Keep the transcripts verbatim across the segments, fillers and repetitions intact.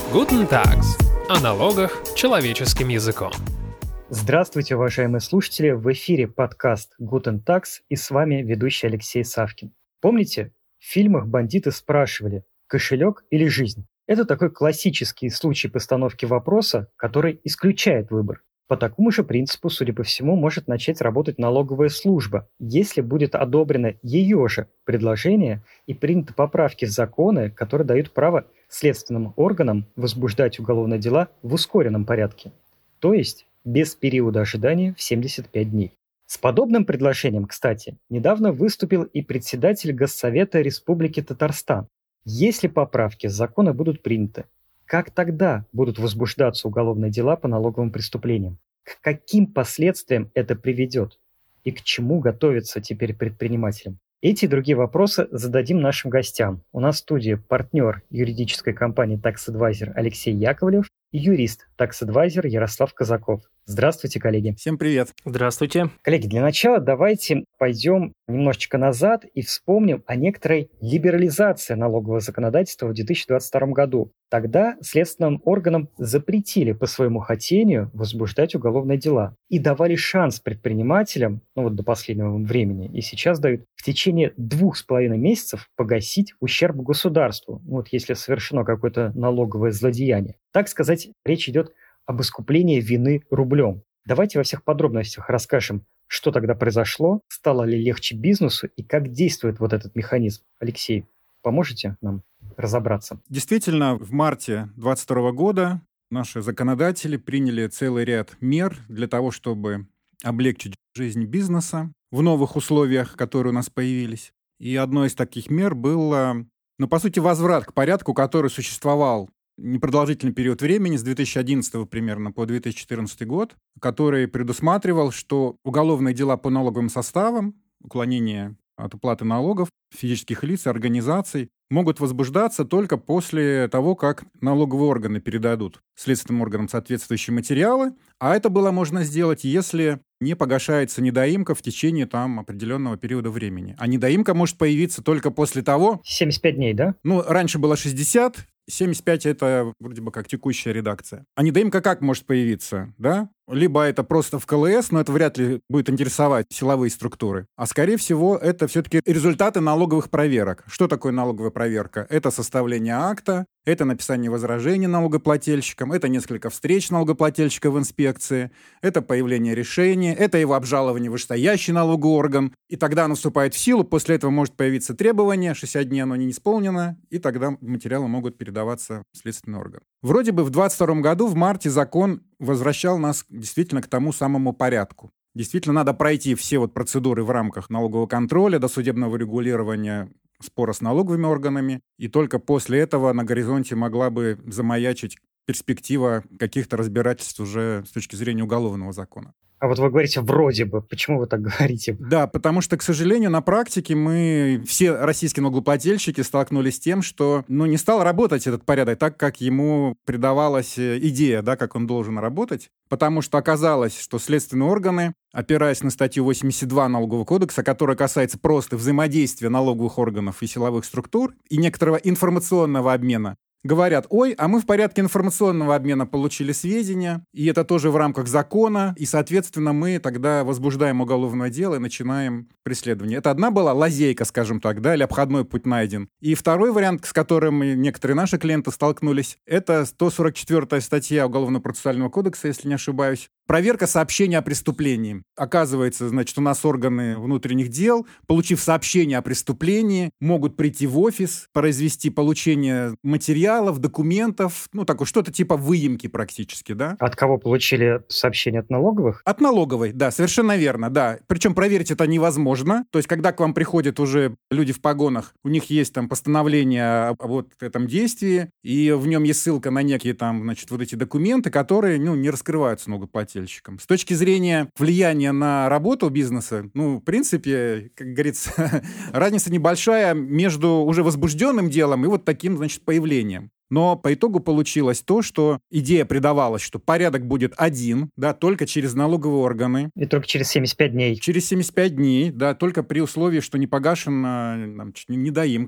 Guten Tags. О налогах человеческим языком. Здравствуйте, уважаемые слушатели! В эфире подкаст Guten Tags и с вами ведущий Алексей Савкин. Помните, в фильмах бандиты спрашивали «кошелек или жизнь?». Это такой классический случай постановки вопроса, который исключает выбор. По такому же принципу, судя по всему, может начать работать налоговая служба, если будет одобрено ее же предложение и приняты поправки в законы, которые дают право следственным органам возбуждать уголовные дела в ускоренном порядке, то есть без периода ожидания в семьдесят пять дней. С подобным предложением, кстати, недавно выступил и председатель Госсовета Республики Татарстан. Если поправки в законы будут приняты, как тогда будут возбуждаться уголовные дела по налоговым преступлениям? К каким последствиям это приведет? И к чему готовиться теперь предпринимателям? Эти и другие вопросы зададим нашим гостям. У нас в студии партнер юридической компании Tax Advisor Алексей Яковлев и юрист Tax Advisor Ярослав Казаков. Здравствуйте, коллеги. Всем привет. Здравствуйте. Коллеги, для начала давайте пойдем немножечко назад и вспомним о некоторой либерализации налогового законодательства в две тысячи двадцать втором году. Тогда следственным органам запретили по своему хотению возбуждать уголовные дела и давали шанс предпринимателям, ну вот до последнего времени, и сейчас дают в течение двух с половиной месяцев погасить ущерб государству, ну вот если совершено какое-то налоговое злодеяние. Так сказать, речь идет об искуплении вины рублем. Давайте во всех подробностях расскажем, что тогда произошло, стало ли легче бизнесу и как действует вот этот механизм. Алексей, поможете нам разобраться? Действительно, в марте две тысячи двадцать второго года наши законодатели приняли целый ряд мер для того, чтобы облегчить жизнь бизнеса в новых условиях, которые у нас появились. И одной из таких мер было, ну, по сути, возврат к порядку, который существовал непродолжительный период времени, с две тысячи одиннадцатого примерно по две тысячи четырнадцатый год, который предусматривал, что уголовные дела по налоговым составам, уклонение от уплаты налогов физических лиц и организаций могут возбуждаться только после того, как налоговые органы передадут следственным органам соответствующие материалы, а это было можно сделать, если не погашается недоимка в течение там определенного периода времени. А недоимка может появиться только после того... семьдесят пять дней, да? Ну, раньше было шестьдесят, семьдесят пять — это вроде бы как текущая редакция. А недоимка как может появиться, да? Либо это просто в ка эл эс, но это вряд ли будет интересовать силовые структуры. А скорее всего, это все-таки результаты налоговых проверок. Что такое налоговая проверка? Это составление акта, это написание возражений налогоплательщикам, это несколько встреч налогоплательщика в инспекции, это появление решения, это его обжалование в вышестоящий налоговый орган, и тогда оно вступает в силу, после этого может появиться требование, шестьдесят дней оно не исполнено, и тогда материалы могут передаваться в следственный орган. Вроде бы в двадцать втором году, в марте, закон возвращал нас действительно к тому самому порядку. Действительно, надо пройти все вот процедуры в рамках налогового контроля, досудебного регулирования спора с налоговыми органами, и только после этого на горизонте могла бы замаячить перспектива каких-то разбирательств уже с точки зрения уголовного закона. А вот вы говорите «вроде бы». Почему вы так говорите? Да, потому что, к сожалению, на практике мы, все российские налогоплательщики, столкнулись с тем, что ну, не стал работать этот порядок так, как ему придавалась идея, да, как он должен работать, потому что оказалось, что следственные органы, опираясь на статью восемьдесят два Налогового кодекса, которая касается просто взаимодействия налоговых органов и силовых структур и некоторого информационного обмена, говорят: ой, а мы в порядке информационного обмена получили сведения, и это тоже в рамках закона, и, соответственно, мы тогда возбуждаем уголовное дело и начинаем преследование. Это одна была лазейка, скажем так, да, или обходной путь найден. И второй вариант, с которым некоторые наши клиенты столкнулись, это сто сорок четвёртая статья Уголовно-процессуального кодекса, если не ошибаюсь. Проверка сообщения о преступлении. Оказывается, значит, у нас органы внутренних дел, получив сообщение о преступлении, могут прийти в офис, произвести получение материалов, документов, ну, такое что-то типа выемки практически, да? От кого получили сообщение? От налоговых? От налоговой, да, совершенно верно, да. Причем проверить это невозможно. То есть, когда к вам приходят уже люди в погонах, у них есть там постановление о вот этом действии, и в нем есть ссылка на некие там, значит, вот эти документы, которые, ну, не раскрываются налогоплательщикам. С точки зрения влияния на работу бизнеса, ну, в принципе, как говорится, разница небольшая между уже возбужденным делом и вот таким, значит, появлением. Но по итогу получилось то, что идея придавалась, что порядок будет один, да, только через налоговые органы. И только через семьдесят пять дней. Через семьдесят пять дней, да, только при условии, что не погашена там, недоимка.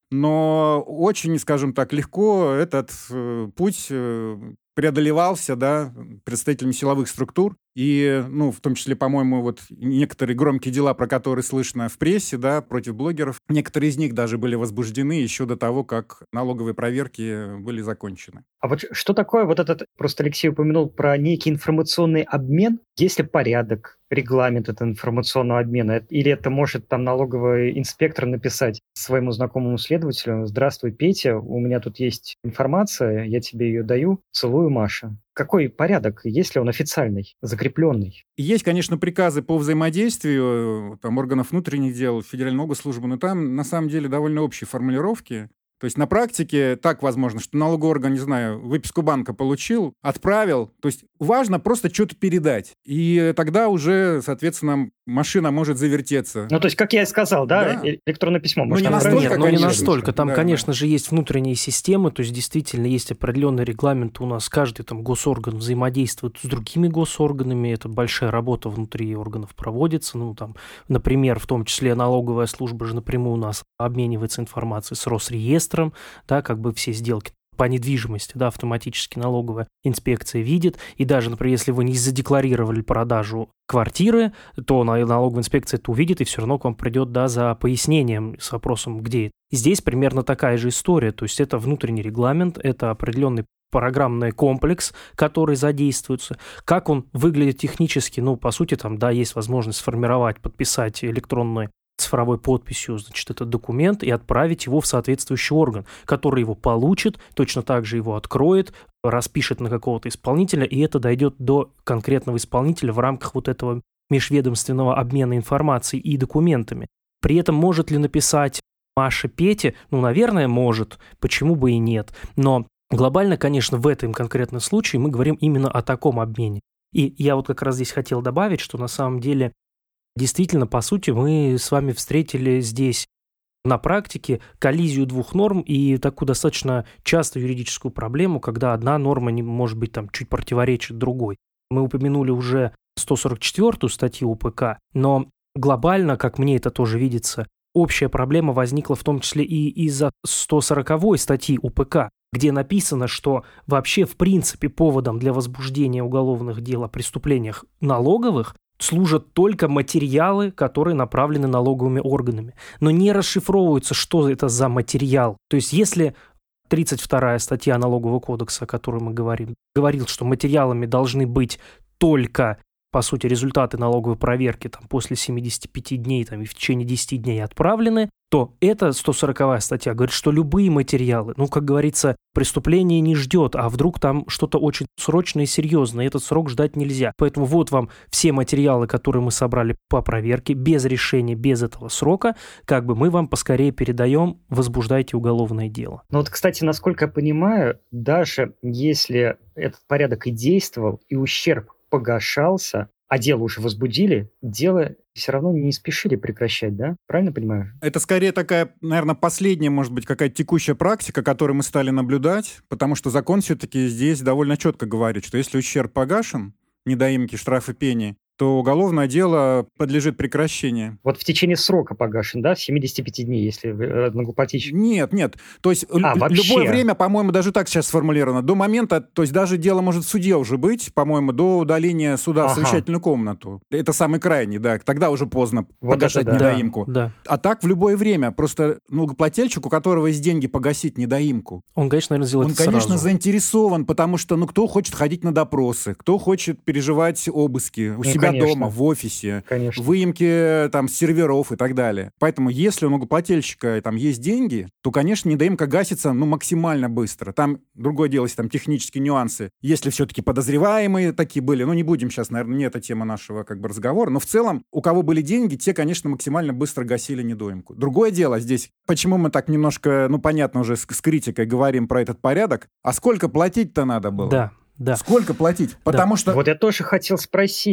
но очень, скажем так, легко этот э, путь э, преодолевался, да, представителями силовых структур. И, ну, в том числе, по-моему, вот некоторые громкие дела, про которые слышно в прессе, да, против блогеров, некоторые из них даже были возбуждены еще до того, как налоговые проверки были закончены. А вот что такое вот этот, просто Алексей упомянул про некий информационный обмен? Есть ли порядок, регламент этого информационного обмена? Или это может там налоговый инспектор написать своему знакомому следователю: «Здравствуй, Петя, у меня тут есть информация, я тебе ее даю, целую, Маша». Какой порядок? Есть ли он официальный, закрепленный? Есть, конечно, приказы по взаимодействию там, органов внутренних дел, Федеральной госслужбы, но там, на самом деле, довольно общие формулировки. То есть на практике так возможно, что налоговый орган, не знаю, выписку банка получил, отправил. То есть важно просто что-то передать. И тогда уже, соответственно, машина может завертеться. Ну, то есть, как я и сказал, да, Да. электронное письмо. Ну, может не отправить? настолько, Нет, ну не конечно. настолько. Там, Да, конечно да. же, есть внутренние системы, то есть действительно есть определенный регламент. У нас каждый там госорган взаимодействует с другими госорганами. Это большая работа внутри органов проводится. Ну, там, например, в том числе налоговая служба же напрямую у нас обменивается информацией с Росреестром, да, как бы все сделки по недвижимости, да, автоматически налоговая инспекция видит. И даже, например, если вы не задекларировали продажу квартиры, то налоговая инспекция это увидит и все равно к вам придет, да, за пояснением с вопросом, где это. Здесь примерно такая же история. То есть это внутренний регламент, это определенный программный комплекс, который задействуется. Как он выглядит технически? Ну, по сути, там, да, есть возможность сформировать, подписать электронную цифровой подписью, значит, этот документ и отправить его в соответствующий орган, который его получит, точно так же его откроет, распишет на какого-то исполнителя, и это дойдет до конкретного исполнителя в рамках вот этого межведомственного обмена информацией и документами. При этом может ли написать Маша Пете? Ну, наверное, может. Почему бы и нет? Но глобально, конечно, в этом конкретном случае мы говорим именно о таком обмене. И я вот как раз здесь хотел добавить, что на самом деле действительно, по сути, мы с вами встретили здесь на практике коллизию двух норм и такую достаточно частую юридическую проблему, когда одна норма не может быть там чуть противоречит другой. Мы упомянули уже сто сорок четвёртую статью УПК, но глобально, как мне это тоже видится, общая проблема возникла в том числе и из-за сто сороковой статьи УПК, где написано, что вообще в принципе поводом для возбуждения уголовных дел о преступлениях налоговых служат только материалы, которые направлены налоговыми органами. Но не расшифровывается, что это за материал. То есть если тридцать вторая статья Налогового кодекса, о которой мы говорим, говорил, что материалами должны быть только, по сути, результаты налоговой проверки там, после семидесяти пяти дней там, и в течение десяти дней отправлены, то эта сто сороковая статья говорит, что любые материалы, ну, как говорится, преступление не ждет, а вдруг там что-то очень срочное и серьезное, этот срок ждать нельзя. Поэтому вот вам все материалы, которые мы собрали по проверке, без решения, без этого срока, как бы мы вам поскорее передаем, возбуждайте уголовное дело. Ну вот, кстати, насколько я понимаю, даже если этот порядок и действовал, и ущерб погашался, а дело уже возбудили, дело все равно не спешили прекращать, да? Правильно понимаю? Это скорее такая, наверное, последняя, может быть, какая-то текущая практика, которую мы стали наблюдать, потому что закон все-таки здесь довольно четко говорит, что если ущерб погашен, недоимки, штрафы, пени, то уголовное дело подлежит прекращению. Вот в течение срока погашен, да, семидесяти пяти дней, если налогоплательщик... Нет, нет. То есть а, л- вообще? любое время, по-моему, даже так сейчас сформулировано, до момента, то есть даже дело может в суде уже быть, по-моему, до удаления суда Ага. в совещательную комнату. Это самый крайний, да. Тогда уже поздно Вот погашать это да. недоимку. Да. А так в любое время. Просто налогоплательщик, у которого есть деньги погасить недоимку, Он, конечно, наверное, сделает он, это конечно, сразу. заинтересован, потому что, ну, кто хочет ходить на допросы, кто хочет переживать обыски у Ну, себя конечно. дома, в офисе, Конечно. выемки там серверов и так далее. Поэтому, если у налогоплательщика там есть деньги, то, конечно, недоимка гасится, ну, максимально быстро. Там другое дело, если там технические нюансы. Если все-таки подозреваемые такие были, ну, не будем сейчас, наверное, не эта тема нашего как бы разговора, но в целом, у кого были деньги, те, конечно, максимально быстро гасили недоимку. Другое дело здесь, почему мы так немножко, ну, понятно, уже с, с критикой говорим про этот порядок, а сколько платить-то надо было? Да, да. Сколько платить? Потому что... Вот я тоже хотел спросить.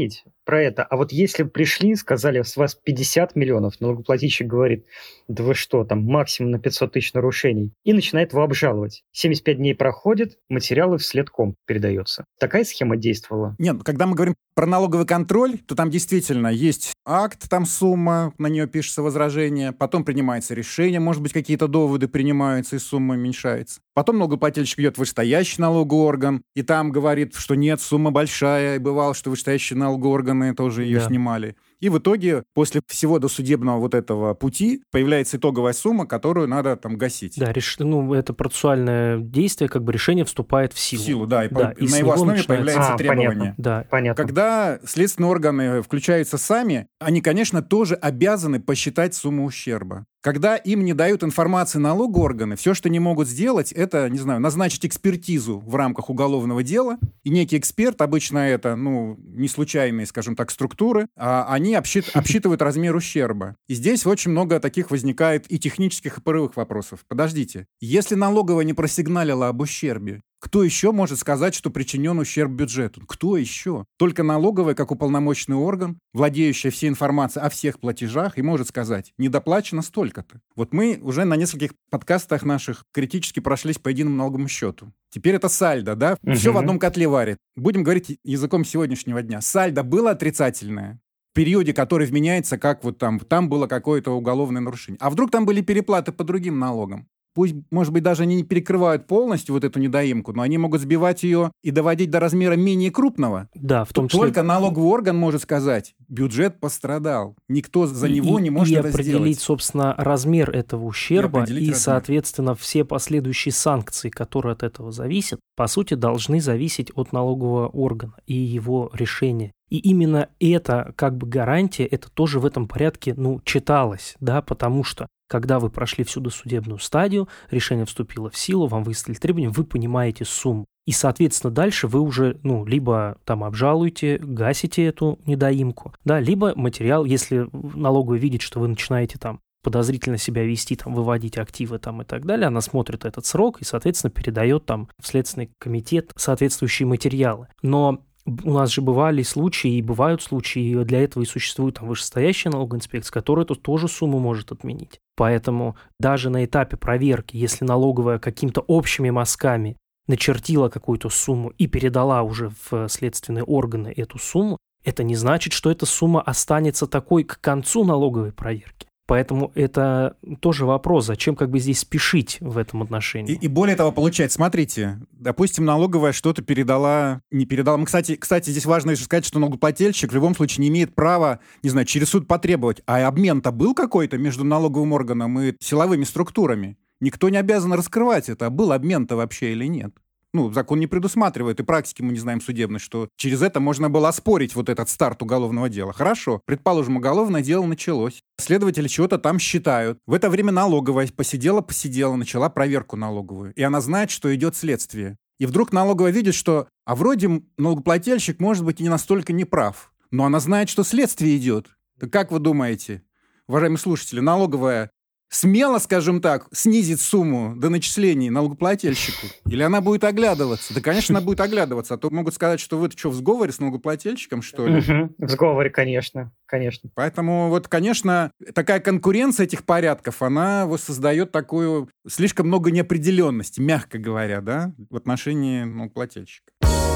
про это. А вот если пришли, сказали, с вас пятьдесят миллионов, налогоплательщик говорит, да вы что, там максимум на пятьсот тысяч нарушений, и начинает его обжаловать. семьдесят пять дней проходит, материалы вследком передается. Такая схема действовала? Нет, когда мы говорим про налоговый контроль, то там действительно есть акт, там сумма, на нее пишется возражение, потом принимается решение, может быть, какие-то доводы принимаются, и сумма уменьшается. Потом налогоплательщик идет в вышестоящий налоговый орган, и там говорит, что нет, сумма большая, и бывало, что вышестоящие налоговые органы тоже ее Да. снимали. И в итоге, после всего досудебного вот этого пути, появляется итоговая сумма, которую надо там гасить. Да, реш... ну, это процессуальное действие, как бы решение вступает в В силу. силу, да, и, Да, по- и на с его него основе начинается- появляется А, требование. понятно. Да, Понятно. Когда следственные органы включаются сами, они, конечно, тоже обязаны посчитать сумму ущерба. Когда им не дают информации налоговые органы, все, что они могут сделать, это, не знаю, назначить экспертизу в рамках уголовного дела. И некий эксперт, обычно это, ну, не случайные, скажем так, структуры, а они обсчит- обсчитывают размер ущерба. И здесь очень много таких возникает и технических, и правовых вопросов. Подождите, если налоговая не просигналила об ущербе, кто еще может сказать, что причинен ущерб бюджету? Кто еще? Только налоговая, как уполномоченный орган, владеющая всей информацией о всех платежах, и может сказать, недоплачено столько-то. Вот мы уже на нескольких подкастах наших критически прошлись по единому налоговому счету. Теперь это сальдо, да? Все в Мгм. одном котле варит. Будем говорить языком сегодняшнего дня. Сальдо было отрицательное в периоде, который вменяется, как вот там, там было какое-то уголовное нарушение. А вдруг там были переплаты по другим налогам? Пусть, может быть, даже они не перекрывают полностью вот эту недоимку, но они могут сбивать ее и доводить до размера менее крупного. да, в том Тут числе... только налоговый орган может сказать, бюджет пострадал. Никто за и- него и- не может и это определить, сделать. собственно, размер этого ущерба определить и, размер. соответственно, все последующие санкции, которые от этого зависят, по сути, должны зависеть от налогового органа и его решения. И именно это, как бы, гарантия, это тоже в этом порядке, ну, читалось, да, потому что когда вы прошли всю досудебную стадию, решение вступило в силу, вам выставили требования, вы понимаете сумму. И, соответственно, дальше вы уже, ну, либо там обжалуете, гасите эту недоимку, да, либо материал, если налоговая видит, что вы начинаете там подозрительно себя вести, там, выводить активы там и так далее, она смотрит этот срок и, соответственно, передает там в Следственный комитет соответствующие материалы. Но у нас же бывали случаи, и бывают случаи, и для этого и существует там вышестоящая налоговая инспекция, которая тут тоже сумму может отменить. Поэтому даже на этапе проверки, если налоговая какими-то общими мазками начертила какую-то сумму и передала уже в следственные органы эту сумму, это не значит, что эта сумма останется такой к концу налоговой проверки. Поэтому это тоже вопрос, зачем как бы здесь спешить в этом отношении. И, и более того, получается, смотрите, допустим, налоговая что-то передала, не передала. Мы, кстати, кстати, здесь важно еще сказать, что налогоплательщик в любом случае не имеет права, не знаю, через суд потребовать. А обмен-то был какой-то между налоговым органом и силовыми структурами? Никто не обязан раскрывать это, а был обмен-то вообще или нет. Ну, закон не предусматривает, и практики мы не знаем судебной, что через это можно было оспорить вот этот старт уголовного дела. Хорошо, предположим, уголовное дело началось. Следователи чего-то там считают. В это время налоговая посидела-посидела, начала проверку налоговую. И она знает, что идет следствие. И вдруг налоговая видит, что, а вроде налогоплательщик может быть и не настолько неправ. Но она знает, что следствие идет. Так как вы думаете, уважаемые слушатели, налоговая смело, скажем так, снизит сумму до начислений налогоплательщику? Или она будет оглядываться? Да, конечно, она будет оглядываться. А то могут сказать, что вы что, в сговоре с налогоплательщиком, что ли? Мгм. В сговоре, конечно, конечно. Поэтому вот, конечно, такая конкуренция этих порядков, она вот создает такую слишком много неопределенности, мягко говоря, да, в отношении налогоплательщика.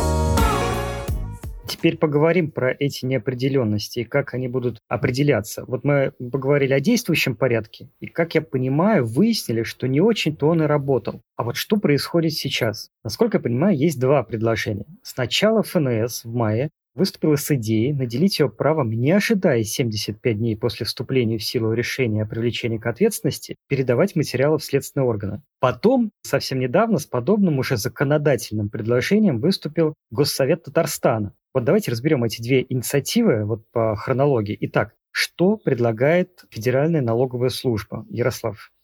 Теперь поговорим про эти неопределенности и как они будут определяться. Вот мы поговорили о действующем порядке, и, как я понимаю, выяснили, что не очень-то он и работал. А вот что происходит сейчас? Насколько я понимаю, есть два предложения. Сначала эф эн эс в мае выступила с идеей наделить ее правом, не ожидая семьдесят пять дней после вступления в силу решения о привлечении к ответственности, передавать материалы в следственные органы. Потом, совсем недавно, с подобным уже законодательным предложением выступил Госсовет Татарстана. Вот давайте разберем эти две инициативы вот по хронологии. Итак, что предлагает Федеральная налоговая служба? Ярослав,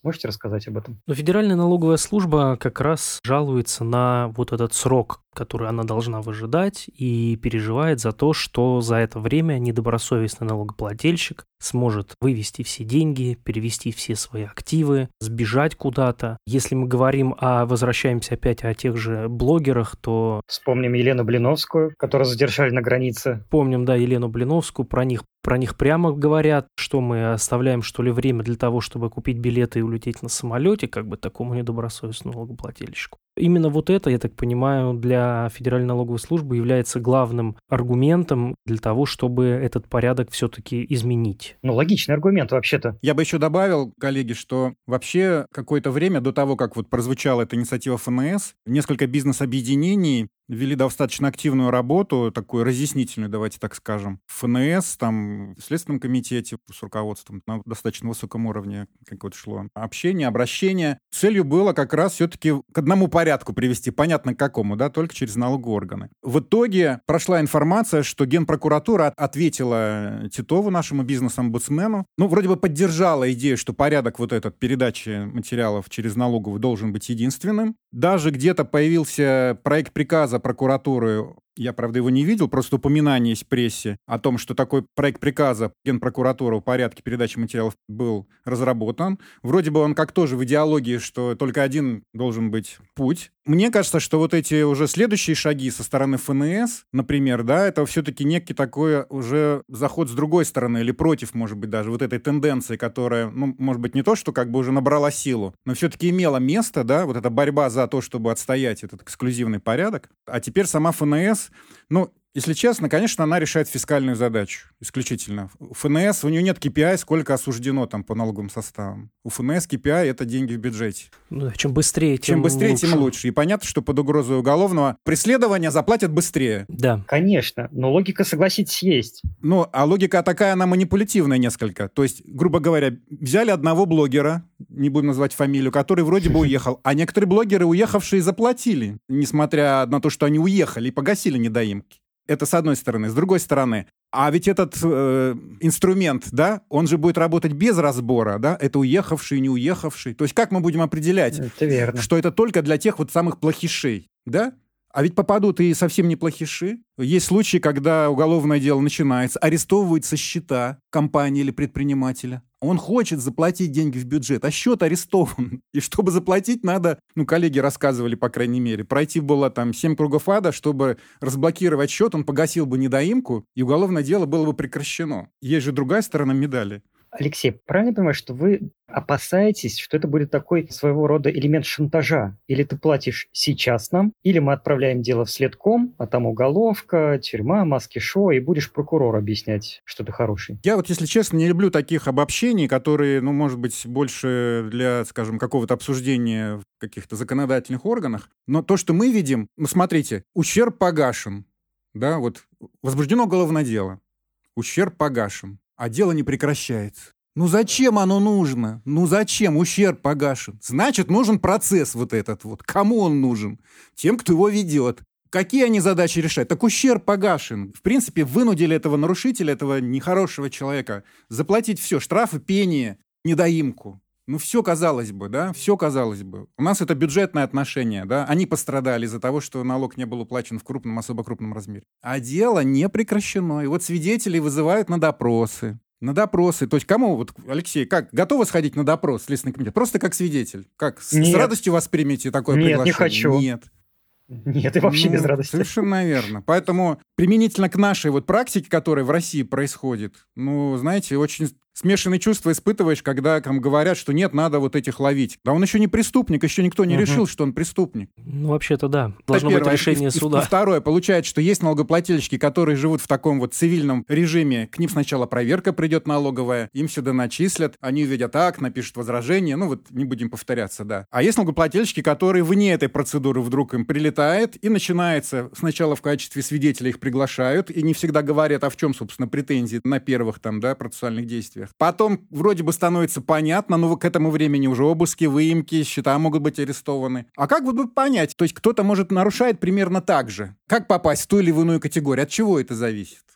Можете рассказать об этом? Но Федеральная налоговая служба как раз жалуется на вот этот срок, который она должна выжидать, и переживает за то, что за это время недобросовестный налогоплательщик сможет вывести все деньги, перевести все свои активы, сбежать куда-то. Если мы говорим о, возвращаемся опять о тех же блогерах, то... Вспомним Елену Блиновскую, которую задержали на границе. Помним, да, Елену Блиновскую, про них Про них прямо говорят, что мы оставляем, что ли, время для того, чтобы купить билеты и улететь на самолете, как бы такому недобросовестному налогоплательщику. Именно вот это, я так понимаю, для Федеральной налоговой службы является главным аргументом для того, чтобы этот порядок все-таки изменить. Ну, логичный аргумент вообще-то. Я бы еще добавил, коллеги, что вообще какое-то время до того, как вот прозвучала эта инициатива эф эн эс, несколько бизнес-объединений вели достаточно активную работу, такую разъяснительную, давайте так скажем. В эф эн эс, там, в Следственном комитете с руководством на достаточно высоком уровне какое-то шло общение, обращение. Целью было как раз все-таки к одному порядку привести, понятно к какому, да, только через налоговые органы. В итоге прошла информация, что Генпрокуратура ответила Титову, нашему бизнес-омбудсмену, ну, вроде бы поддержала идею, что порядок вот этот передачи материалов через налоговую должен быть единственным. Даже где-то появился проект приказа прокуратуры, я, правда, его не видел, просто упоминание есть в прессе о том, что такой проект приказа Генпрокуратуры о порядке передачи материалов был разработан. Вроде бы он как тоже в идеологии, что только один должен быть путь. Мне кажется, что вот эти уже следующие шаги со стороны эф эн эс, например, да, это все-таки некий такой уже заход с другой стороны или против, может быть, даже вот этой тенденции, которая, ну, может быть, не то, что как бы уже набрала силу, но все-таки имела место, да, вот эта борьба за то, чтобы отстоять этот эксклюзивный порядок. А теперь сама эф эн эс, ну, если честно, конечно, она решает фискальную задачу исключительно. У эф эн эс, у нее нет кей пи ай, сколько осуждено там по налоговым составам. У эф эн эс кей пи ай — это деньги в бюджете. Ну, чем быстрее, тем Чем быстрее, лучше. тем лучше. И понятно, что под угрозой уголовного преследования заплатят быстрее. Да. Конечно, но логика, согласитесь, есть. Ну, а логика такая, она манипулятивная несколько. То есть, грубо говоря, взяли одного блогера, не будем называть фамилию, который вроде бы уехал, а некоторые блогеры, уехавшие, заплатили, несмотря на то, что они уехали и погасили недоимки. Это с одной стороны. С другой стороны, а ведь этот э, инструмент, да, он же будет работать без разбора, да, это уехавший, не уехавший. То есть как мы будем определять, Это верно. что это только для тех вот самых плохишей, да? А ведь попадут и совсем не плохиши. Есть случаи, когда уголовное дело начинается, арестовываются счета компании или предпринимателя. Он хочет заплатить деньги в бюджет, а счет арестован. И чтобы заплатить, надо, ну, коллеги рассказывали, по крайней мере, пройти было там семь кругов ада, чтобы разблокировать счет, он погасил бы недоимку, и уголовное дело было бы прекращено. Есть же другая сторона медали. Алексей, правильно я понимаю, что вы опасаетесь, что это будет такой своего рода элемент шантажа? Или ты платишь сейчас нам, или мы отправляем дело в следком, а там уголовка, тюрьма, маски-шоу, и будешь прокурору объяснять, что ты хороший. Я вот, если честно, не люблю таких обобщений, которые, ну, может быть, больше для, скажем, какого-то обсуждения в каких-то законодательных органах. Но то, что мы видим, ну, смотрите, ущерб погашен, да, вот возбуждено уголовное дело, ущерб погашен. А дело не прекращается. Ну зачем оно нужно? Ну зачем? Ущерб погашен. Значит, нужен процесс вот этот вот. Кому он нужен? Тем, кто его ведет. Какие они задачи решают? Так ущерб погашен. В принципе, вынудили этого нарушителя, этого нехорошего человека заплатить все. Штрафы, пение, недоимку. Ну все, казалось бы, да? Все, казалось бы. У нас это бюджетное отношение, да? Они пострадали из-за того, что налог не был уплачен в крупном, особо крупном размере. А дело не прекращено. И вот свидетелей вызывают на допросы. На допросы. То есть кому, вот, Алексей, как, готовы сходить на допрос в Следственный комитет? Просто как свидетель? Как, с, с радостью воспримете такое Нет, приглашение? не хочу. Нет. Нет, и вообще Ну, без радости. Совершенно верно. Поэтому применительно к нашей вот практике, которая в России происходит, ну, знаете, очень смешанные чувства испытываешь, когда там говорят, что нет, надо вот этих ловить. Да он еще не преступник, еще никто не Угу. решил, что он преступник. Ну, вообще-то да. Должно Это быть первое. решение И- и- суда. И второе, получается, что есть налогоплательщики, которые живут в таком вот цивильном режиме. К ним сначала проверка придет налоговая, им сюда начислят, они увидят акт, напишут возражение, ну вот не будем повторяться, да. А есть налогоплательщики, которые вне этой процедуры вдруг им прилетает, и начинается сначала в качестве свидетеля их приглашают, и не всегда говорят, а в чем, собственно, претензии на первых там, да, процессуальных действиях. Потом вроде бы становится понятно, но к этому времени уже обыски, выемки, счета могут быть арестованы. А как вот бы понять? То есть кто-то, может, нарушает примерно так же. Как попасть в ту или в иную категорию? От чего это зависит?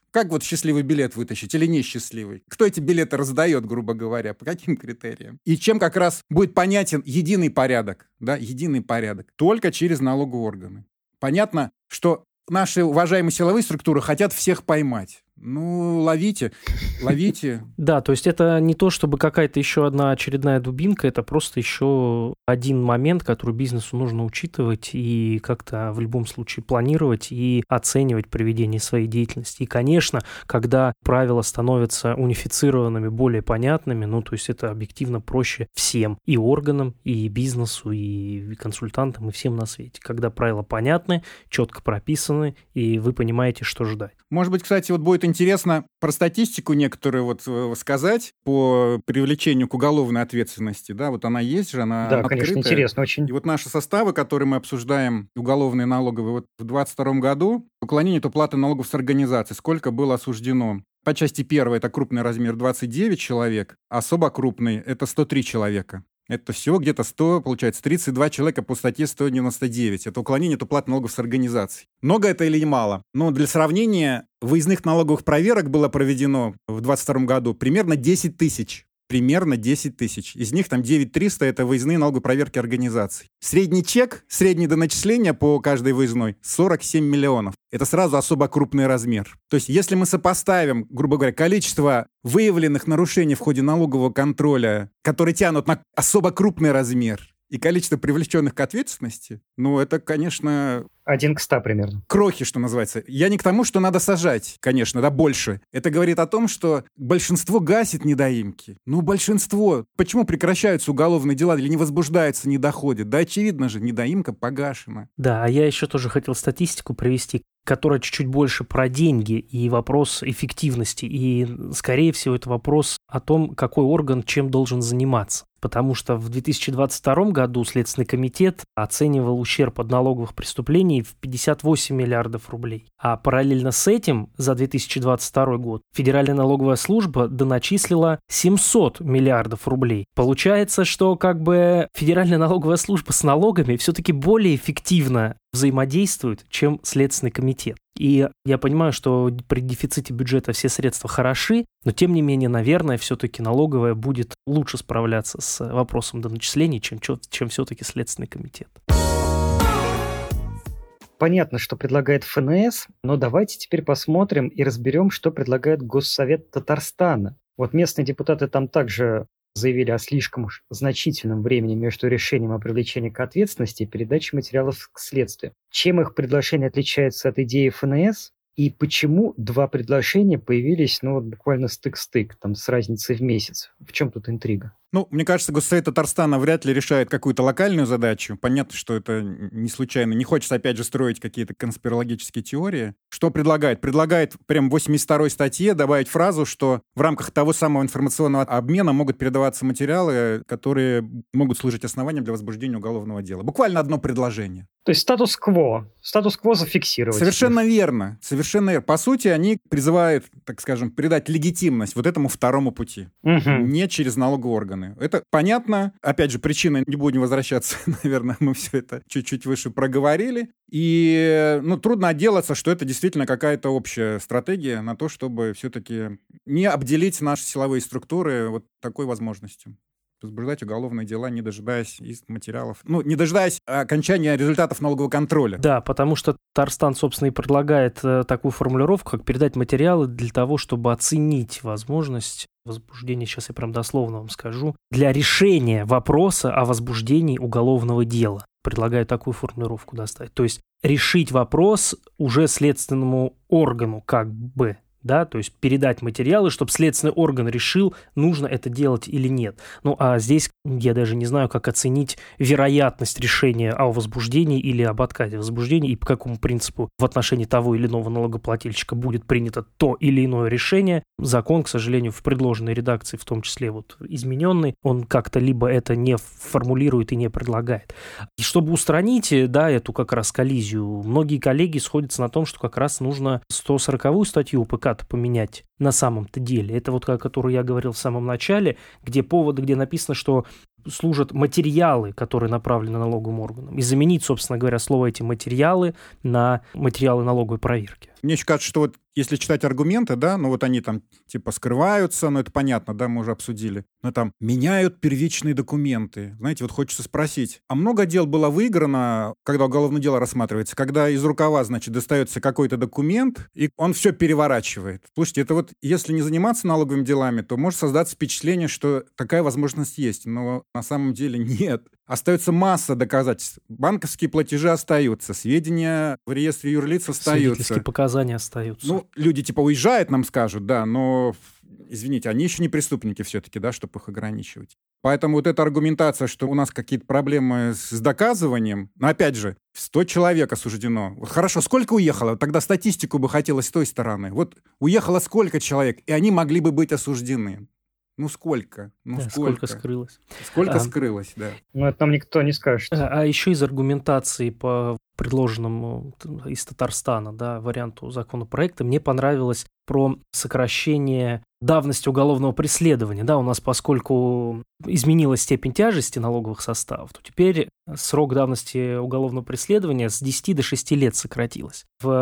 Как вот счастливый билет вытащить или несчастливый? Кто эти билеты раздает, грубо говоря, по каким критериям? И чем как раз будет понятен единый порядок, да, единый порядок? Только через налоговые органы. Понятно, что наши уважаемые силовые структуры хотят всех поймать. Ну, ловите, ловите. Да, то есть это не то, чтобы какая-то еще одна очередная дубинка, это просто еще один момент, который бизнесу нужно учитывать и как-то в любом случае планировать и оценивать проведение своей деятельности. И, конечно, когда правила становятся унифицированными, более понятными, ну, то есть это объективно проще всем, и органам, и бизнесу, и консультантам, и всем на свете. Когда правила понятны, четко прописаны, и вы понимаете, что ждать. Может быть, кстати, вот будет интересно про статистику некоторую вот сказать по привлечению к уголовной ответственности. Да, вот она есть же, она Да, открытая. конечно, интересно очень. И вот наши составы, которые мы обсуждаем, уголовные, налоговые, вот в двадцать втором году уклонение от уплаты налогов с организаций, сколько было осуждено? По части первой это крупный размер двадцать девять человек, а особо крупный это сто три человека. Это всего где-то сто, получается, тридцать два человека по статье сто девяносто девять. Это уклонение от уплаты налогов с организаций. Много это или мало? Но для сравнения, выездных налоговых проверок было проведено в двадцать втором году примерно десять тысяч. Примерно десять тысяч. Из них там девять тысяч триста – это выездные налоговые проверки организаций. Средний чек, среднее доначисление по каждой выездной – сорок семь миллионов. Это сразу особо крупный размер. То есть если мы сопоставим, грубо говоря, количество выявленных нарушений в ходе налогового контроля, которые тянут на особо крупный размер, и количество привлеченных к ответственности, ну, это, конечно... Один к ста примерно. Крохи, что называется. Я не к тому, что надо сажать, конечно, да, больше. Это говорит о том, что большинство гасит недоимки. Ну, большинство. Почему прекращаются уголовные дела или не возбуждаются, не доходят? Да, очевидно же, недоимка погашена. Да, а я еще тоже хотел статистику привести, которая чуть-чуть больше про деньги и вопрос эффективности. И, скорее всего, это вопрос о том, какой орган чем должен заниматься. Потому что в две тысячи двадцать втором году Следственный комитет оценивал ущерб от налоговых преступлений в пятьдесят восемь миллиардов рублей. А параллельно с этим за две тысячи двадцать второй год Федеральная налоговая служба доначислила семьсот миллиардов рублей. Получается, что как бы Федеральная налоговая служба с налогами все-таки более эффективно взаимодействует, чем Следственный комитет. И я понимаю, что при дефиците бюджета все средства хороши, но тем не менее, наверное, все-таки налоговая будет лучше справляться с вопросом доначислений, чем, чем все-таки Следственный комитет. Понятно, что предлагает эф эн эс, но давайте теперь посмотрим и разберем, что предлагает Госсовет Татарстана. Вот местные депутаты там также заявили о слишком уж значительном времени между решением о привлечении к ответственности и передачей материалов к следствию. Чем их предложение отличается от идеи эф эн эс? И почему два предложения появились, ну, вот буквально стык-стык, там, с разницей в месяц? В чем тут интрига? Ну, мне кажется, Госсовет Татарстана вряд ли решает какую-то локальную задачу. Понятно, что это не случайно. Не хочется, опять же, строить какие-то конспирологические теории. Что предлагает? Предлагает прям в восемьдесят второй статье добавить фразу, что в рамках того самого информационного обмена могут передаваться материалы, которые могут служить основанием для возбуждения уголовного дела. Буквально одно предложение. То есть статус-кво. Статус-кво зафиксировать. Совершенно верно. Совершенно верно. По сути, они призывают, так скажем, придать легитимность вот этому второму пути. Угу. Не через налоговые органы. Это понятно. Опять же, причина, не будем возвращаться, наверное, мы все это чуть-чуть выше проговорили. И, ну, трудно отделаться, что это действительно какая-то общая стратегия на то, чтобы все-таки не обделить наши силовые структуры вот такой возможностью. Возбуждать уголовные дела, не дожидаясь из материалов, ну, не дожидаясь окончания результатов налогового контроля. Да, потому что Татарстан, собственно, и предлагает э, такую формулировку, как передать материалы для того, чтобы оценить возможность возбуждения, сейчас я прям дословно вам скажу, для решения вопроса о возбуждении уголовного дела. Предлагаю такую формулировку достать. То есть решить вопрос уже следственному органу как бы. Да, то есть передать материалы, чтобы следственный орган решил, нужно это делать или нет. Ну, а здесь я даже не знаю, как оценить вероятность решения о возбуждении или об отказе возбуждения и по какому принципу в отношении того или иного налогоплательщика будет принято то или иное решение. Закон, к сожалению, в предложенной редакции, в том числе вот измененный, он как-то либо это не формулирует и не предлагает. И чтобы устранить, да, эту как раз коллизию, многие коллеги сходятся на том, что как раз нужно сто сороковую статью УПК поменять на самом-то деле. Это вот, о которой я говорил в самом начале, где поводы, где написано, что служат материалы, которые направлены налоговым органам, и заменить, собственно говоря, слово эти материалы на материалы налоговой проверки. Мне еще кажется, что вот Если читать аргументы, да, ну вот они там типа скрываются, ну это понятно, да, мы уже обсудили. Но там меняют первичные документы. Знаете, вот хочется спросить, а много дел было выиграно, когда уголовное дело рассматривается, когда из рукава, значит, достается какой-то документ, и он все переворачивает. Слушайте, это вот если не заниматься налоговыми делами, то может создаться впечатление, что такая возможность есть, но на самом деле нет. Остается масса доказательств. Банковские платежи остаются, сведения в реестре юрлиц остаются. Свидетельские показания остаются. Ну, люди типа уезжают, нам скажут, да, но, извините, они еще не преступники все-таки, да, чтобы их ограничивать. Поэтому вот эта аргументация, что у нас какие-то проблемы с доказыванием, но опять же, сто человек осуждено. Вот хорошо, сколько уехало? Тогда статистику бы хотелось с той стороны. Вот уехало сколько человек, и они могли бы быть осуждены. Ну сколько? Ну да, сколько? сколько скрылось. Сколько а, скрылось, да. Ну это нам никто не скажет. А, а еще из аргументации по предложенному из Татарстана, да, варианту законопроекта мне понравилось про сокращение давности уголовного преследования. Да, у нас, поскольку изменилась степень тяжести налоговых составов, то теперь срок давности уголовного преследования с десяти до шести лет сократилось.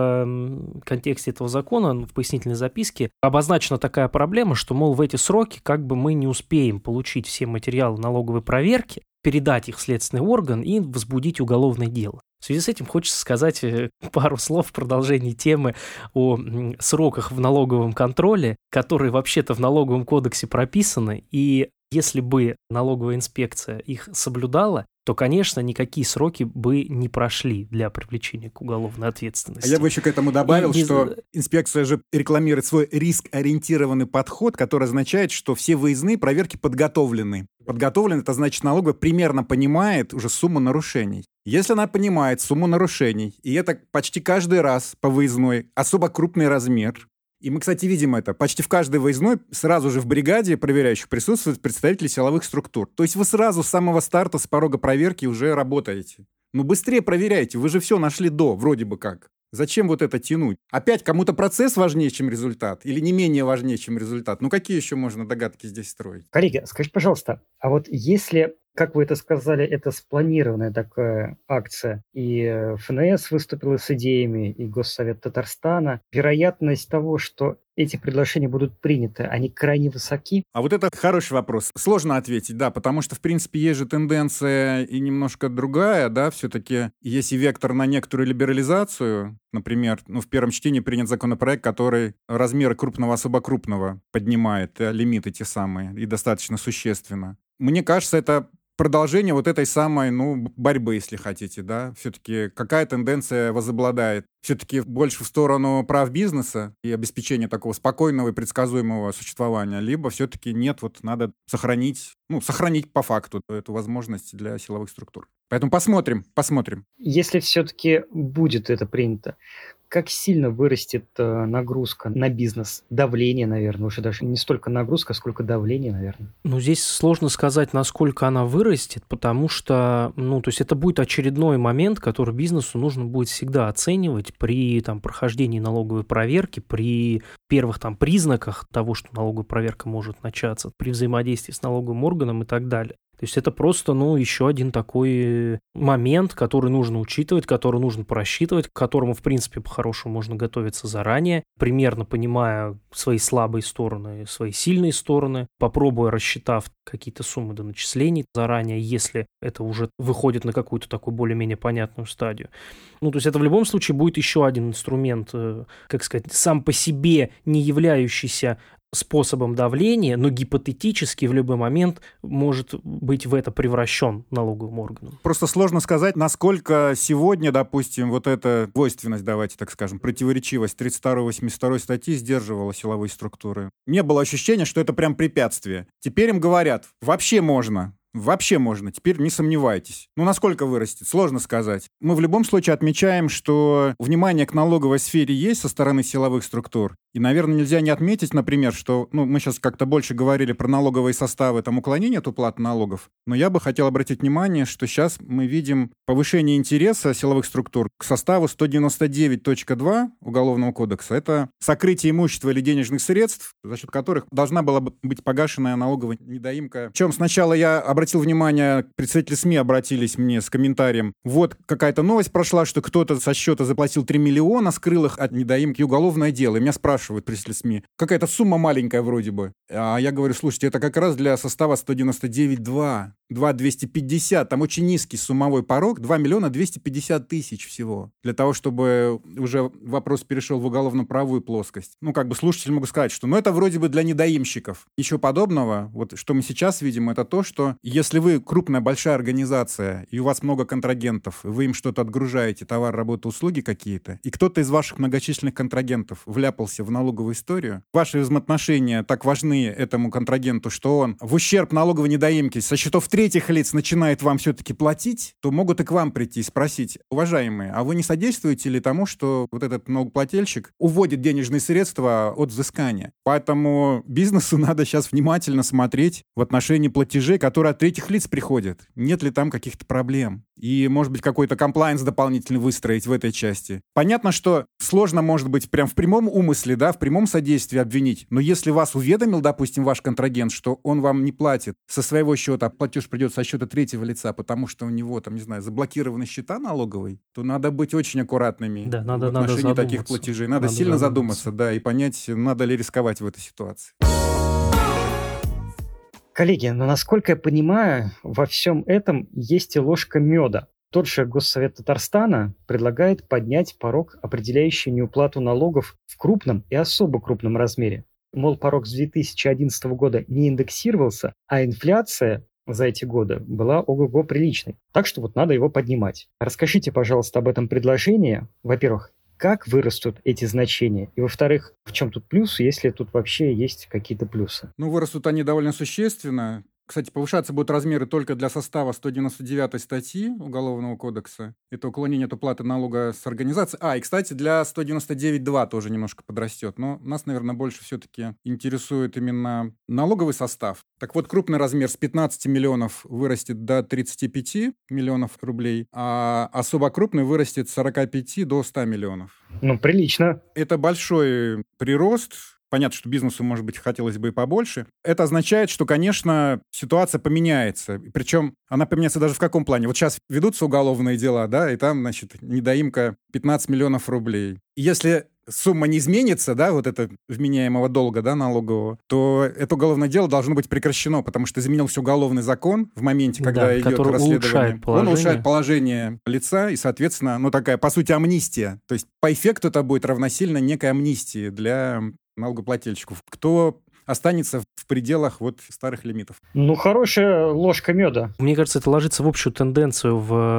В контексте этого закона, в пояснительной записке, обозначена такая проблема, что, мол, в эти сроки как бы мы не успеем получить все материалы налоговой проверки, передать их в следственный орган и возбудить уголовное дело. В связи с этим хочется сказать пару слов в продолжении темы о сроках в налоговом контроле, которые вообще-то в налоговом кодексе прописаны, и если бы налоговая инспекция их соблюдала, то, конечно, никакие сроки бы не прошли для привлечения к уголовной ответственности. А я бы еще к этому добавил, и, что и... инспекция же рекламирует свой риск-ориентированный подход, который означает, что все выездные проверки подготовлены. Подготовлен — это значит, налоговая примерно понимает уже сумму нарушений. Если она понимает сумму нарушений, и это почти каждый раз по выездной особо крупный размер, и мы, кстати, видим это, почти в каждой выездной сразу же в бригаде проверяющих присутствуют представители силовых структур. То есть вы сразу с самого старта, с порога проверки уже работаете. Ну быстрее проверяйте, вы же все нашли до, вроде бы как. Зачем вот это тянуть? Опять кому-то процесс важнее, чем результат? Или не менее важнее, чем результат? Ну какие еще можно догадки здесь строить? Коллеги, скажите, пожалуйста, а вот если, как вы это сказали, это спланированная такая акция, и эф эн эс выступила с идеями, и Госсовет Татарстана, вероятность того, что эти предложения будут приняты, они крайне высоки? А вот это хороший вопрос. Сложно ответить, да, потому что, в принципе, есть же тенденция и немножко другая, да, все-таки есть и вектор на некоторую либерализацию. Например, ну, в первом чтении принят законопроект, который размеры крупного особо крупного поднимает, э, лимиты те самые, и достаточно существенно. Мне кажется, это продолжение вот этой самой, ну, борьбы, если хотите, да. Все-таки какая тенденция возобладает? Все-таки больше в сторону прав бизнеса и обеспечения такого спокойного и предсказуемого существования, либо все-таки нет, вот надо сохранить, ну, сохранить по факту эту возможность для силовых структур. Поэтому посмотрим, посмотрим. Если все-таки будет это принято, как сильно вырастет э, нагрузка на бизнес? Давление, наверное, уже даже не столько нагрузка, сколько давление, наверное. Ну, здесь сложно сказать, насколько она вырастет, потому что, ну, то есть это будет очередной момент, который бизнесу нужно будет всегда оценивать при там прохождении налоговой проверки, при первых там признаках того, что налоговая проверка может начаться, при взаимодействии с налоговым органом и так далее. То есть это просто, ну, еще один такой момент, который нужно учитывать, который нужно просчитывать, к которому, в принципе, по-хорошему можно готовиться заранее, примерно понимая свои слабые стороны, свои сильные стороны, попробуя, рассчитав какие-то суммы до начислений заранее, если это уже выходит на какую-то такую более-менее понятную стадию. Ну, то есть это в любом случае будет еще один инструмент, как сказать, сам по себе не являющийся способом давления, но гипотетически в любой момент может быть в это превращен налоговым органом. Просто сложно сказать, насколько сегодня, допустим, вот эта двойственность, давайте так скажем, противоречивость тридцать второй восемьдесят второй статьи сдерживала силовые структуры. Не было ощущения, что это прям препятствие. Теперь им говорят, вообще можно. Вообще можно, теперь не сомневайтесь. Ну, насколько вырастет, сложно сказать. Мы в любом случае отмечаем, что внимание к налоговой сфере есть со стороны силовых структур. И, наверное, нельзя не отметить, например, что ну, мы сейчас как-то больше говорили про налоговые составы, там, уклонение от уплаты налогов, но я бы хотел обратить внимание, что сейчас мы видим повышение интереса силовых структур к составу сто девяносто девять точка два Уголовного кодекса. Это сокрытие имущества или денежных средств, за счет которых должна была быть погашенная налоговая недоимка. Причем сначала я обратил внимание, представители СМИ обратились мне с комментарием, вот какая-то новость прошла, что кто-то со счета заплатил три миллиона, скрыл их от недоимки, уголовное дело. И меня спрашивают представители СМИ, какая-то сумма маленькая вроде бы. А я говорю, слушайте, это как раз для состава сто девяносто девять два. два двести пятьдесят, там очень низкий суммовой порог, два миллиона двести пятьдесят тысяч всего. Для того, чтобы уже вопрос перешел в уголовно-правовую плоскость. Ну, как бы слушатель могу сказать, что ну, это вроде бы для недоимщиков. Ничего подобного. Вот что мы сейчас видим, это то, что если вы крупная, большая организация, и у вас много контрагентов, вы им что-то отгружаете, товар, работа, услуги какие-то, и кто-то из ваших многочисленных контрагентов вляпался в налоговую историю, ваши взаимоотношения так важны этому контрагенту, что он в ущерб налоговой недоимки со счетов третьих лиц начинает вам все-таки платить, то могут и к вам прийти и спросить, уважаемые, а вы не содействуете ли тому, что вот этот налогоплательщик уводит денежные средства от взыскания? Поэтому бизнесу надо сейчас внимательно смотреть в отношении платежей, которые от третьих лиц приходят. Нет ли там каких-то проблем? И, может быть, какой-то комплайнс дополнительно выстроить в этой части. Понятно, что сложно, может быть, прям в прямом умысле, да, в прямом содействии обвинить, но если вас уведомил, допустим, ваш контрагент, что он вам не платит со своего счета, а платеж придет со счета третьего лица, потому что у него, там, не знаю, заблокированы счета налоговые, то надо быть очень аккуратными да, надо, в отношении надо таких платежей. Надо, надо сильно задуматься. задуматься, да, и понять, надо ли рисковать в этой ситуации. Коллеги, но насколько я понимаю, во всем этом есть и ложка меда. Тот же Госсовет Татарстана предлагает поднять порог, определяющий неуплату налогов в крупном и особо крупном размере. Мол, порог с две тысячи одиннадцатого года не индексировался, а инфляция за эти годы была ого-го приличной. Так что вот надо его поднимать. Расскажите, пожалуйста, об этом предложении. Во-первых, как вырастут эти значения? И, во-вторых, в чем тут плюс, если тут вообще есть какие-то плюсы? Ну, вырастут они довольно существенно. Кстати, повышаться будут размеры только для состава сто девяносто девятой статьи Уголовного кодекса. Это уклонение от уплаты налога с организации. А, и, кстати, для сто девяносто девять два тоже немножко подрастет. Но нас, наверное, больше все-таки интересует именно налоговый состав. Так вот, крупный размер с пятнадцати миллионов вырастет до тридцати пяти миллионов рублей, а особо крупный вырастет с сорока пяти до ста миллионов. Ну, прилично. Это большой прирост. Понятно, что бизнесу, может быть, хотелось бы и побольше. Это означает, что, конечно, ситуация поменяется. Причем она поменяется даже в каком плане? Вот сейчас ведутся уголовные дела, да, и там, значит, недоимка пятнадцать миллионов рублей. И если сумма не изменится, да, вот это вменяемого долга, да, налогового, то это уголовное дело должно быть прекращено, потому что изменился уголовный закон в моменте, когда да, идет расследование. Он улучшает положение лица, и, соответственно, ну, такая, по сути, амнистия. То есть по эффекту это будет равносильно некой амнистии для налогоплательщиков, кто останется в пределах вот старых лимитов. Ну, хорошая ложка меда. Мне кажется, это ложится в общую тенденцию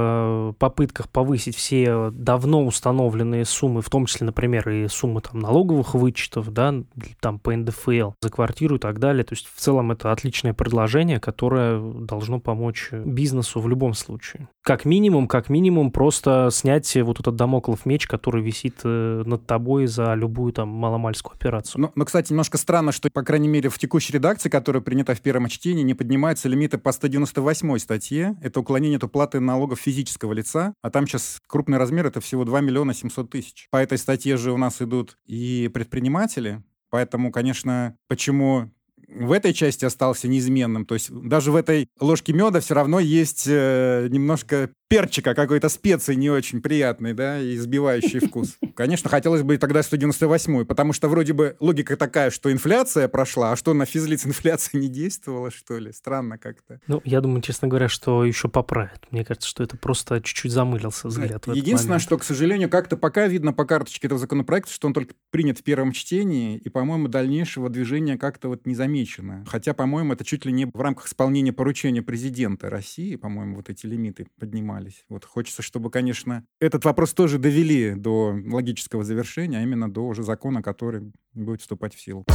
в попытках повысить все давно установленные суммы, в том числе, например, и суммы там, налоговых вычетов, да, там по эн дэ эф эл за квартиру и так далее. То есть в целом это отличное предложение, которое должно помочь бизнесу в любом случае. Как минимум, как минимум просто снять вот этот дамоклов меч, который висит над тобой за любую там маломальскую операцию. Но, но, кстати, немножко странно, что, по крайней мере, в текущей редакции, которая принята в первом чтении, не поднимаются лимиты по сто девяносто восьмой статье. Это уклонение от уплаты налогов физического лица. А там сейчас крупный размер — это всего два миллиона семьсот тысяч. По этой статье же у нас идут и предприниматели. Поэтому, конечно, почему в этой части остался неизменным. То есть даже в этой ложке меда все равно есть э, немножко перчика, какой-то специи не очень приятной, да, и сбивающий вкус. Конечно, хотелось бы тогда сто девяносто восьмой, потому что вроде бы логика такая, что инфляция прошла, а что на физлиц инфляция не действовала, что ли? Странно как-то. Ну, я думаю, честно говоря, что еще поправят. Мне кажется, что это просто чуть-чуть замылился взгляд. Единственное, что, к сожалению, как-то пока видно по карточке этого законопроекта, что он только принят в первом чтении, и, по-моему, дальнейшего движения как-то вот не замечено. Хотя, по-моему, это чуть ли не в рамках исполнения поручения президента России, по-моему, вот эти лимиты поднимались. Вот хочется, чтобы, конечно, этот вопрос тоже довели до логического завершения, а именно до уже закона, который будет вступать в силу.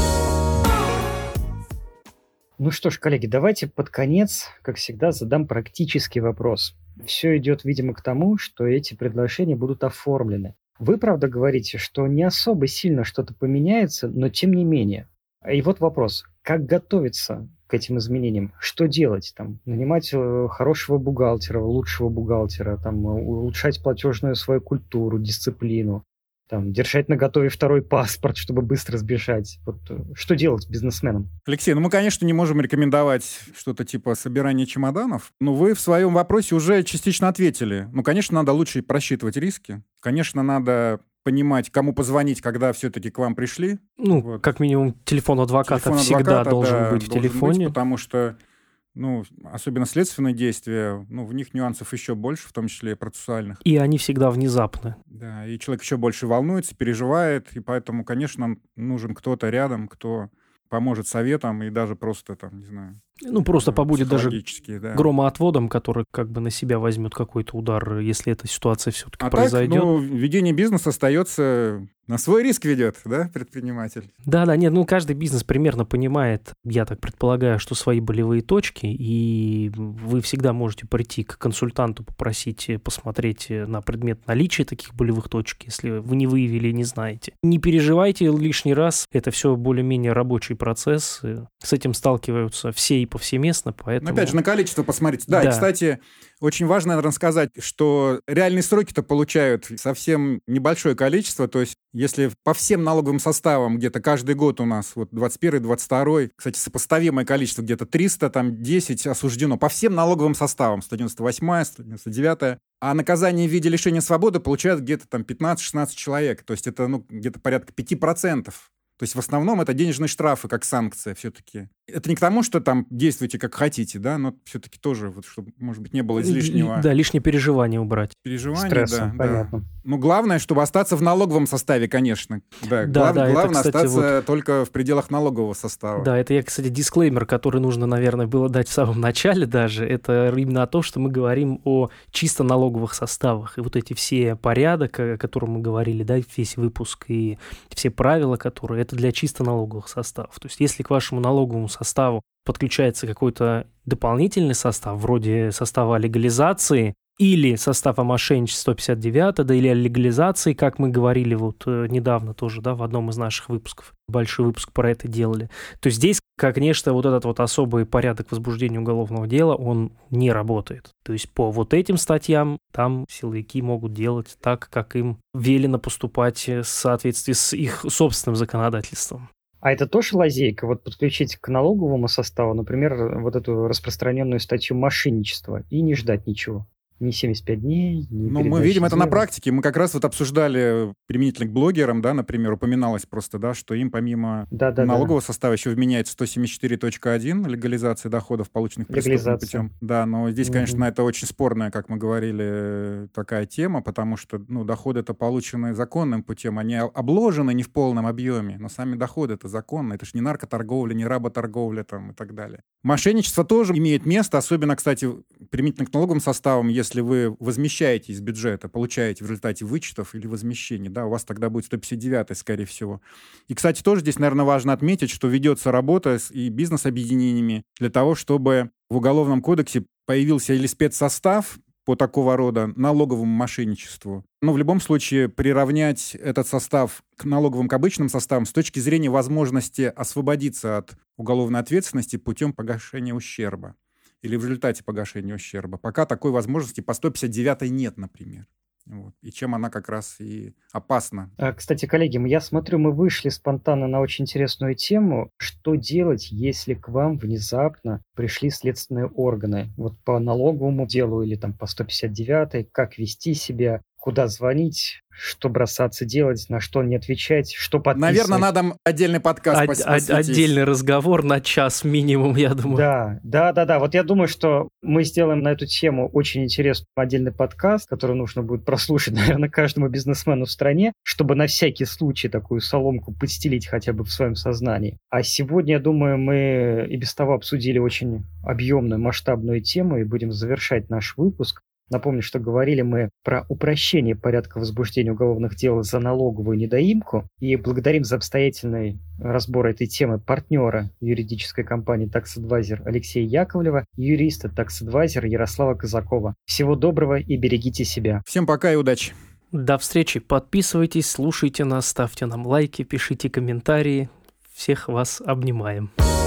Ну что ж, коллеги, давайте под конец, как всегда, задам практический вопрос. Все идет, видимо, к тому, что эти предложения будут оформлены. Вы, правда, говорите, что не особо сильно что-то поменяется, но тем не менее. И вот вопрос, как готовиться к этим изменениям? Что делать? Там, нанимать э, хорошего бухгалтера, лучшего бухгалтера, там, э, улучшать платежную свою культуру, дисциплину, там, держать наготове второй паспорт, чтобы быстро сбежать. Вот э, что делать бизнесменам? Алексей, ну мы, конечно, не можем рекомендовать что-то типа собирания чемоданов, но вы в своем вопросе уже частично ответили. Ну, конечно, надо лучше просчитывать риски. Конечно, надо понимать, кому позвонить, когда все-таки к вам пришли. Ну, вот. Как минимум, телефон адвоката Телефон всегда адвоката, должен да, быть в должен телефоне. Быть, потому что, ну, особенно следственные действия, ну, в них нюансов еще больше, в том числе и процессуальных. И они всегда внезапны. Да, и человек еще больше волнуется, переживает, и поэтому, конечно, нужен кто-то рядом, кто поможет советом и даже просто, там, не знаю... Ну, просто побудет даже да. громоотводом, который как бы на себя возьмет какой-то удар, если эта ситуация все-таки а произойдет. Так, ну, ведение бизнеса остается... На свой риск ведет, да, предприниматель? Да-да, нет, ну, каждый бизнес примерно понимает, я так предполагаю, что свои болевые точки, и вы всегда можете прийти к консультанту, попросить посмотреть на предмет наличия таких болевых точек, если вы не выявили и не знаете. Не переживайте лишний раз, это все более-менее рабочий процесс, с этим сталкиваются все и повсеместно, поэтому... Но опять же, на количество посмотрите. Да, да. И, кстати, очень важно, наверное, сказать, что реальные сроки-то получают совсем небольшое количество, то есть если по всем налоговым составам где-то каждый год у нас, вот двадцать первый двадцать второй, кстати, сопоставимое количество, где-то триста, там, десять осуждено по всем налоговым составам, сто девяносто восьмая, сто девяносто девятая, а наказание в виде лишения свободы получают где-то там пятнадцать-шестнадцать человек, то есть это, ну, где-то порядка пять процентов. То есть в основном это денежные штрафы как санкция все-таки. Это не к тому, что там действуйте как хотите, да, но все-таки тоже, вот, чтобы, может быть, не было излишнего... Да, лишнее переживание убрать. Переживание, Стресса, да, понятно. да. Ну, главное, чтобы остаться в налоговом составе, конечно. Да, Да, глав, да, это, главное кстати, остаться вот... только в пределах налогового состава. Да, это я, кстати, дисклеймер, который нужно, наверное, было дать в самом начале даже. Это именно о том, что мы говорим о чисто налоговых составах. И вот эти все порядок, о котором мы говорили, да, весь выпуск, и все правила, которые... Это для чисто налоговых составов. То есть если к вашему налоговому составу подключается какой-то дополнительный состав, вроде состава легализации или состава мошенничества сто пятьдесят девять, да, или о легализации, как мы говорили вот недавно тоже, да, в одном из наших выпусков, большой выпуск про это делали, то здесь, конечно, вот этот вот особый порядок возбуждения уголовного дела, он не работает. То есть по вот этим статьям там силовики могут делать так, как им велено поступать в соответствии с их собственным законодательством. А это тоже лазейка, вот подключить к налоговому составу, например, вот эту распространенную статью мошенничества и не ждать ничего? Ни семьдесят пять дней, ни Ну, мы видим это на практике. Мы как раз вот обсуждали применительно к блогерам, да, например, упоминалось просто, да, что им помимо да, да, налогового да. состава еще вменяется сто семьдесят четыре точка один легализация доходов, полученных преступным путем. Да, но здесь, угу. конечно, это очень спорная, как мы говорили, такая тема, потому что, ну, доходы-то получены законным путем, они обложены не в полном объеме, но сами доходы это законно, это же не наркоторговля, не работорговля там и так далее. Мошенничество тоже имеет место, особенно, кстати, применительно к налоговым составам, если Если вы возмещаете из бюджета, получаете в результате вычетов или возмещений, да, у вас тогда будет сто пятьдесят девятая, скорее всего. И, кстати, тоже здесь, наверное, важно отметить, что ведется работа с и бизнес-объединениями для того, чтобы в Уголовном кодексе появился или спецсостав по такого рода налоговому мошенничеству. Но в любом случае приравнять этот состав к налоговым, к обычным составам с точки зрения возможности освободиться от уголовной ответственности путем погашения ущерба. Или в результате погашения ущерба. Пока такой возможности по сто пятьдесят девятой нет, например. Вот. И чем она как раз и опасна. Кстати, коллеги, я смотрю, мы вышли спонтанно на очень интересную тему. Что делать, если к вам внезапно пришли следственные органы? Вот по налоговому делу или там по сто пятьдесят девятой, как вести себя, куда звонить, что бросаться делать, на что не отвечать, что подписывать. Наверное, надо отдельный подкаст посвятить. Отдельный разговор на час минимум, я думаю. Да, да, да, да. Вот я думаю, что мы сделаем на эту тему очень интересный отдельный подкаст, который нужно будет прослушать, наверное, каждому бизнесмену в стране, чтобы на всякий случай такую соломку подстелить хотя бы в своем сознании. А сегодня, я думаю, мы и без того обсудили очень объемную, масштабную тему и будем завершать наш выпуск. Напомню, что говорили мы про упрощение порядка возбуждения уголовных дел за налоговую недоимку. И благодарим за обстоятельный разбор этой темы партнера юридической компании Tax Advisor Алексея Яковлева и юриста Tax Advisor Ярослава Казакова. Всего доброго и берегите себя. Всем пока и удачи. До встречи. Подписывайтесь, слушайте нас, ставьте нам лайки, пишите комментарии. Всех вас обнимаем.